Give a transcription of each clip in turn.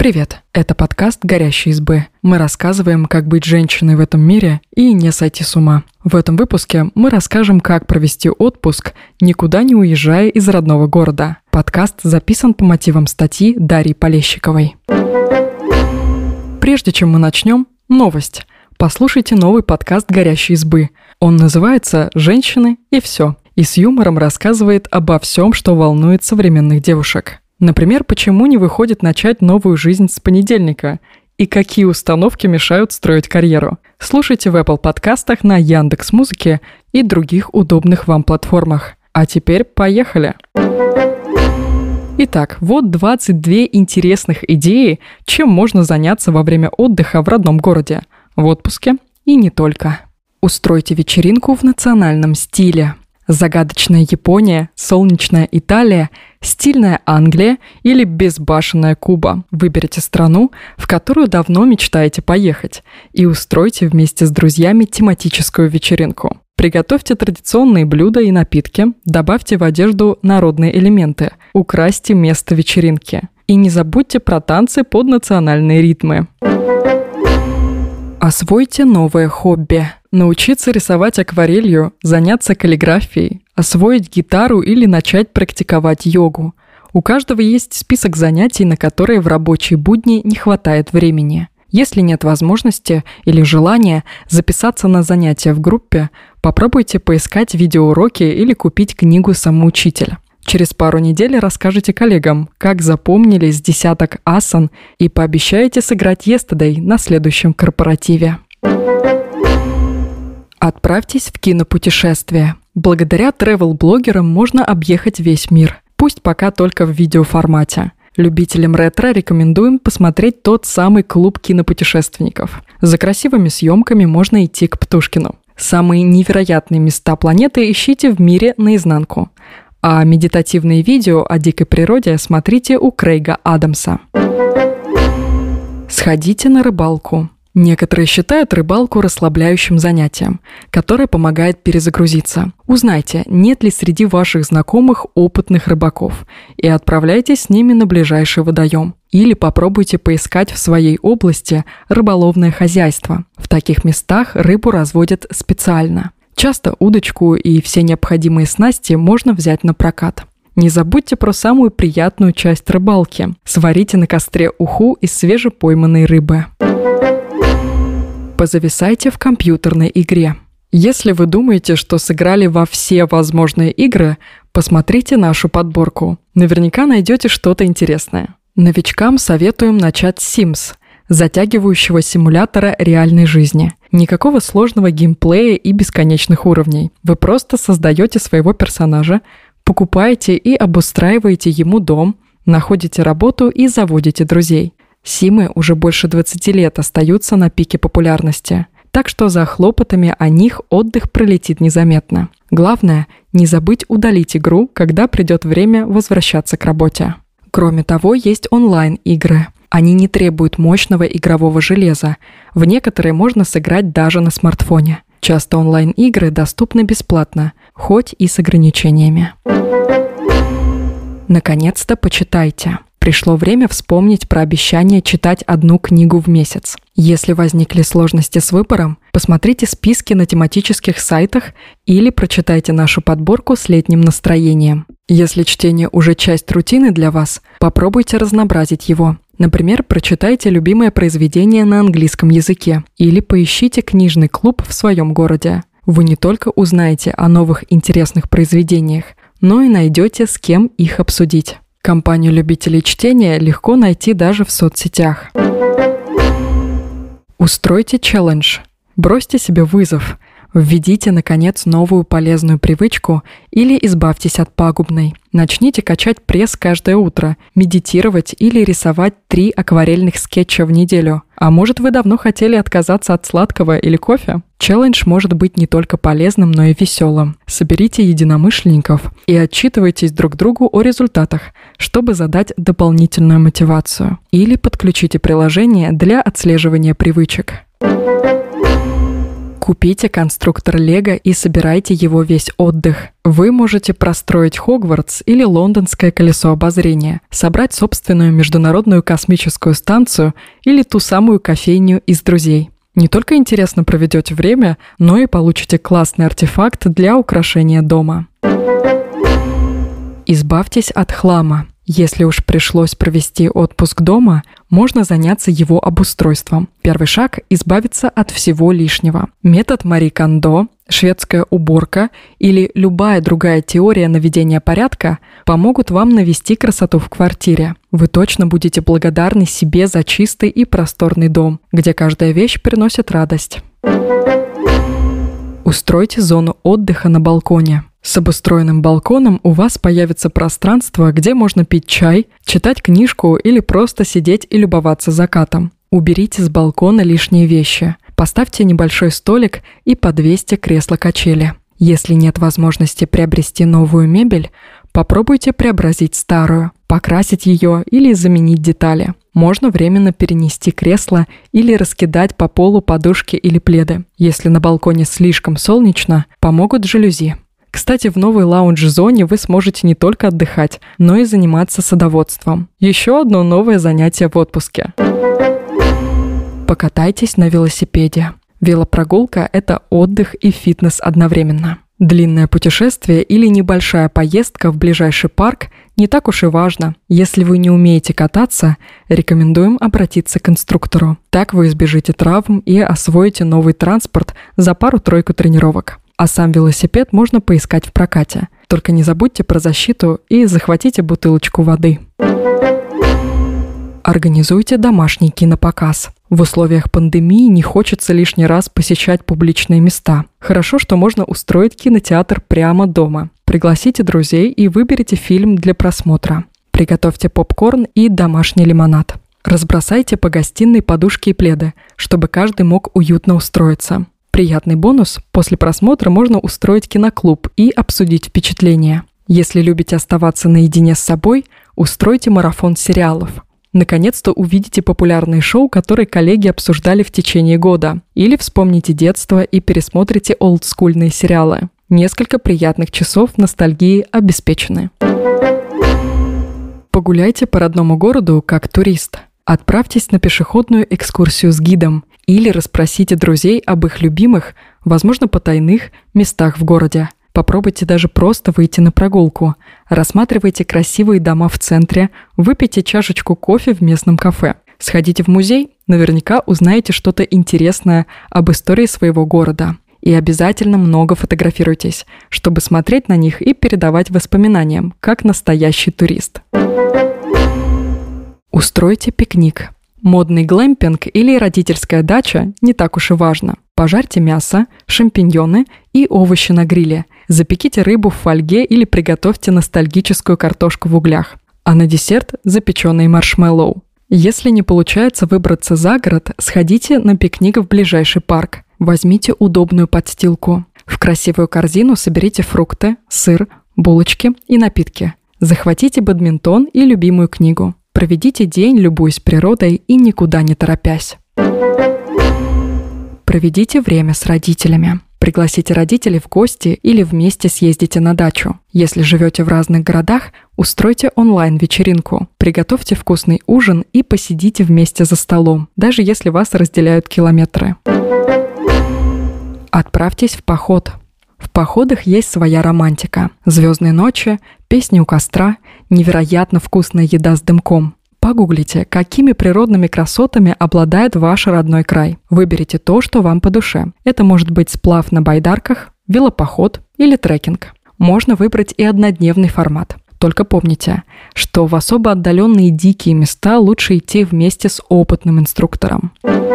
Привет, это подкаст «Горящие избы». Мы рассказываем, как быть женщиной в этом мире и не сойти с ума. В этом выпуске мы расскажем, как провести отпуск, никуда не уезжая из родного города. Подкаст записан по мотивам статьи Дарьи Полещиковой. Прежде чем мы начнем, новость. Послушайте новый подкаст «Горящие избы». Он называется «Женщины и все» и с юмором рассказывает обо всем, что волнует современных девушек. Например, почему не выходит начать новую жизнь с понедельника и какие установки мешают строить карьеру. Слушайте в Apple подкастах, на Яндекс.Музыке и других удобных вам платформах. А теперь поехали! Итак, вот 22 интересных идеи, чем можно заняться во время отдыха в родном городе, в отпуске и не только. Устройте вечеринку в национальном стиле. Загадочная Япония, солнечная Италия, стильная Англия или безбашенная Куба. Выберите страну, в которую давно мечтаете поехать, и устройте вместе с друзьями тематическую вечеринку. Приготовьте традиционные блюда и напитки, добавьте в одежду народные элементы, украсьте место вечеринки. И не забудьте про танцы под национальные ритмы. Освойте новое хобби. Научиться рисовать акварелью, заняться каллиграфией, освоить гитару или начать практиковать йогу. У каждого есть список занятий, на которые в рабочие будни не хватает времени. Если нет возможности или желания записаться на занятия в группе, попробуйте поискать видеоуроки или купить книгу «Самоучитель». Через пару недель расскажете коллегам, как запомнили с десяток асан и пообещаете сыграть Yesterday на следующем корпоративе. Отправьтесь в кинопутешествие. Благодаря travel-блогерам можно объехать весь мир, пусть пока только в видеоформате. Любителям ретро рекомендуем посмотреть тот самый клуб кинопутешественников. За красивыми съемками можно идти к Птушкину. Самые невероятные места планеты ищите в мире наизнанку. А медитативные видео о дикой природе смотрите у Крейга Адамса. Сходите на рыбалку. Некоторые считают рыбалку расслабляющим занятием, которое помогает перезагрузиться. Узнайте, нет ли среди ваших знакомых опытных рыбаков, и отправляйтесь с ними на ближайший водоем. Или попробуйте поискать в своей области рыболовное хозяйство. В таких местах рыбу разводят специально. Часто удочку и все необходимые снасти можно взять на прокат. Не забудьте про самую приятную часть рыбалки. Сварите на костре уху из свежепойманной рыбы. Позависайте в компьютерной игре. Если вы думаете, что сыграли во все возможные игры, посмотрите нашу подборку. Наверняка найдете что-то интересное. Новичкам советуем начать с Sims, затягивающего симулятора реальной жизни. Никакого сложного геймплея и бесконечных уровней. Вы просто создаете своего персонажа, покупаете и обустраиваете ему дом, находите работу и заводите друзей. Симы уже больше 20 лет остаются на пике популярности, так что за хлопотами о них отдых пролетит незаметно. Главное, не забыть удалить игру, когда придет время возвращаться к работе. Кроме того, есть онлайн-игры. Они не требуют мощного игрового железа. В некоторые можно сыграть даже на смартфоне. Часто онлайн-игры доступны бесплатно, хоть и с ограничениями. Наконец-то почитайте. Пришло время вспомнить про обещание читать одну книгу в месяц. Если возникли сложности с выбором, посмотрите списки на тематических сайтах или прочитайте нашу подборку с летним настроением. Если чтение уже часть рутины для вас, попробуйте разнообразить его. Например, прочитайте любимое произведение на английском языке или поищите книжный клуб в своем городе. Вы не только узнаете о новых интересных произведениях, но и найдете, с кем их обсудить. Компанию любителей чтения легко найти даже в соцсетях. Устройте челлендж. Бросьте себе вызов. Введите, наконец, новую полезную привычку или избавьтесь от пагубной. Начните качать пресс каждое утро, медитировать или рисовать 3 акварельных скетча в неделю. А может, вы давно хотели отказаться от сладкого или кофе? Челлендж может быть не только полезным, но и веселым. Соберите единомышленников и отчитывайтесь друг другу о результатах, чтобы задать дополнительную мотивацию. Или подключите приложение для отслеживания привычек. Купите конструктор Лего и собирайте его весь отдых. Вы можете простроить Хогвартс или лондонское колесо обозрения, собрать собственную международную космическую станцию или ту самую кофейню из друзей. Не только интересно проведете время, но и получите классный артефакт для украшения дома. Избавьтесь от хлама. Если уж пришлось провести отпуск дома, можно заняться его обустройством. Первый шаг – избавиться от всего лишнего. Метод Мари Кондо, шведская уборка или любая другая теория наведения порядка помогут вам навести красоту в квартире. Вы точно будете благодарны себе за чистый и просторный дом, где каждая вещь приносит радость. Устройте зону отдыха на балконе. С обустроенным балконом у вас появится пространство, где можно пить чай, читать книжку или просто сидеть и любоваться закатом. Уберите с балкона лишние вещи. Поставьте небольшой столик и подвесьте кресло-качели. Если нет возможности приобрести новую мебель, попробуйте преобразить старую, покрасить ее или заменить детали. Можно временно перенести кресло или раскидать по полу подушки или пледы. Если на балконе слишком солнечно, помогут жалюзи. Кстати, в новой лаунж-зоне вы сможете не только отдыхать, но и заниматься садоводством. Еще одно новое занятие в отпуске. Покатайтесь на велосипеде. Велопрогулка – это отдых и фитнес одновременно. Длинное путешествие или небольшая поездка в ближайший парк не так уж и важно. Если вы не умеете кататься, рекомендуем обратиться к инструктору. Так вы избежите травм и освоите новый транспорт за пару-тройку тренировок. А сам велосипед можно поискать в прокате. Только не забудьте про защиту и захватите бутылочку воды. Организуйте домашний кинопоказ. В условиях пандемии не хочется лишний раз посещать публичные места. Хорошо, что можно устроить кинотеатр прямо дома. Пригласите друзей и выберите фильм для просмотра. Приготовьте попкорн и домашний лимонад. Разбросайте по гостиной подушки и пледы, чтобы каждый мог уютно устроиться. Приятный бонус – после просмотра можно устроить киноклуб и обсудить впечатления. Если любите оставаться наедине с собой, устройте марафон сериалов. Наконец-то увидите популярные шоу, которые коллеги обсуждали в течение года. Или вспомните детство и пересмотрите олдскульные сериалы. Несколько приятных часов ностальгии обеспечены. Погуляйте по родному городу как турист. Отправьтесь на пешеходную экскурсию с гидом или расспросите друзей об их любимых, возможно, потайных местах в городе. Попробуйте даже просто выйти на прогулку. Рассматривайте красивые дома в центре, выпейте чашечку кофе в местном кафе. Сходите в музей, наверняка узнаете что-то интересное об истории своего города. И обязательно много фотографируйтесь, чтобы смотреть на них и передавать воспоминания, как настоящий турист. Устройте пикник. Модный глэмпинг или родительская дача не так уж и важно. Пожарьте мясо, шампиньоны и овощи на гриле. Запеките рыбу в фольге или приготовьте ностальгическую картошку в углях. А на десерт – запеченные маршмеллоу. Если не получается выбраться за город, сходите на пикник в ближайший парк. Возьмите удобную подстилку. В красивую корзину соберите фрукты, сыр, булочки и напитки. Захватите бадминтон и любимую книгу. Проведите день, любуясь природой и никуда не торопясь. Проведите время с родителями. Пригласите родителей в гости или вместе съездите на дачу. Если живете в разных городах, устройте онлайн-вечеринку. Приготовьте вкусный ужин и посидите вместе за столом, даже если вас разделяют километры. Отправьтесь в поход. В походах есть своя романтика. Звездные ночи, песни у костра, невероятно вкусная еда с дымком. Погуглите, какими природными красотами обладает ваш родной край. Выберите то, что вам по душе. Это может быть сплав на байдарках, велопоход или трекинг. Можно выбрать и однодневный формат. Только помните, что в особо отдаленные дикие места лучше идти вместе с опытным инструктором.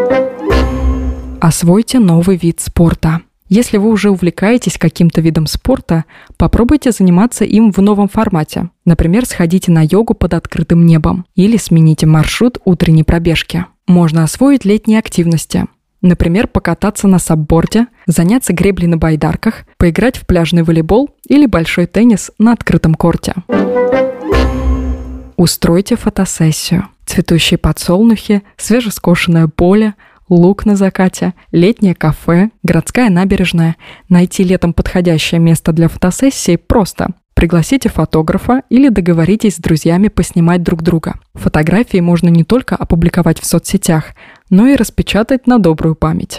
Освойте новый вид спорта. Если вы уже увлекаетесь каким-то видом спорта, попробуйте заниматься им в новом формате. Например, сходите на йогу под открытым небом или смените маршрут утренней пробежки. Можно освоить летние активности. Например, покататься на сабборде, заняться греблей на байдарках, поиграть в пляжный волейбол или большой теннис на открытом корте. Устройте фотосессию. Цветущие подсолнухи, свежескошенное поле, луг на закате, летнее кафе, городская набережная. Найти летом подходящее место для фотосессии просто. Пригласите фотографа или договоритесь с друзьями поснимать друг друга. Фотографии можно не только опубликовать в соцсетях, но и распечатать на добрую память.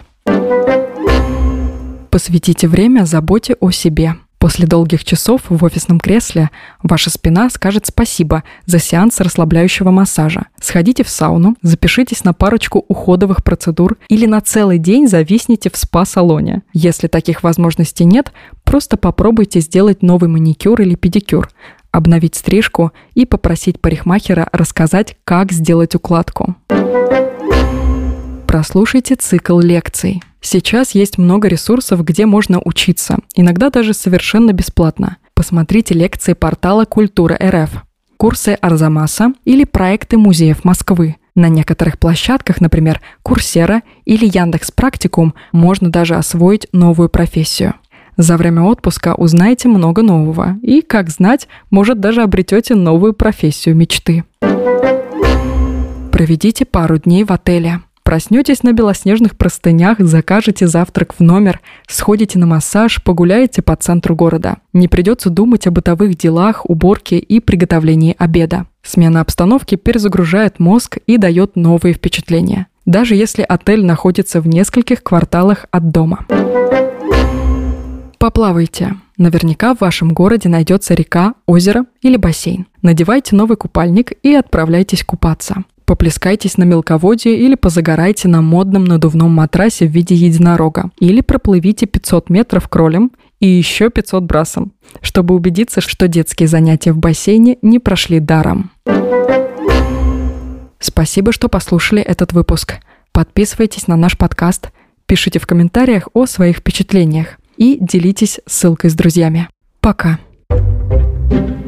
Посвятите время заботе о себе. После долгих часов в офисном кресле ваша спина скажет спасибо за сеанс расслабляющего массажа. Сходите в сауну, запишитесь на парочку уходовых процедур или на целый день зависните в спа-салоне. Если таких возможностей нет, просто попробуйте сделать новый маникюр или педикюр, обновить стрижку и попросить парикмахера рассказать, как сделать укладку. Прослушайте цикл лекций. Сейчас есть много ресурсов, где можно учиться, иногда даже совершенно бесплатно. Посмотрите лекции портала Культура.рф, курсы Арзамаса или проекты музеев Москвы. На некоторых площадках, например, Курсера или Яндекс.Практикум, можно даже освоить новую профессию. За время отпуска узнаете много нового и, как знать, может даже обретете новую профессию мечты. Проведите пару дней в отеле. Проснетесь на белоснежных простынях, закажете завтрак в номер, сходите на массаж, погуляете по центру города. Не придется думать о бытовых делах, уборке и приготовлении обеда. Смена обстановки перезагружает мозг и дает новые впечатления, даже если отель находится в нескольких кварталах от дома. Поплавайте. Наверняка в вашем городе найдется река, озеро или бассейн. Надевайте новый купальник и отправляйтесь купаться. Поплескайтесь на мелководье или позагорайте на модном надувном матрасе в виде единорога. Или проплывите 500 метров кролем и еще 500 брасом, чтобы убедиться, что детские занятия в бассейне не прошли даром. Спасибо, что послушали этот выпуск. Подписывайтесь на наш подкаст, пишите в комментариях о своих впечатлениях и делитесь ссылкой с друзьями. Пока!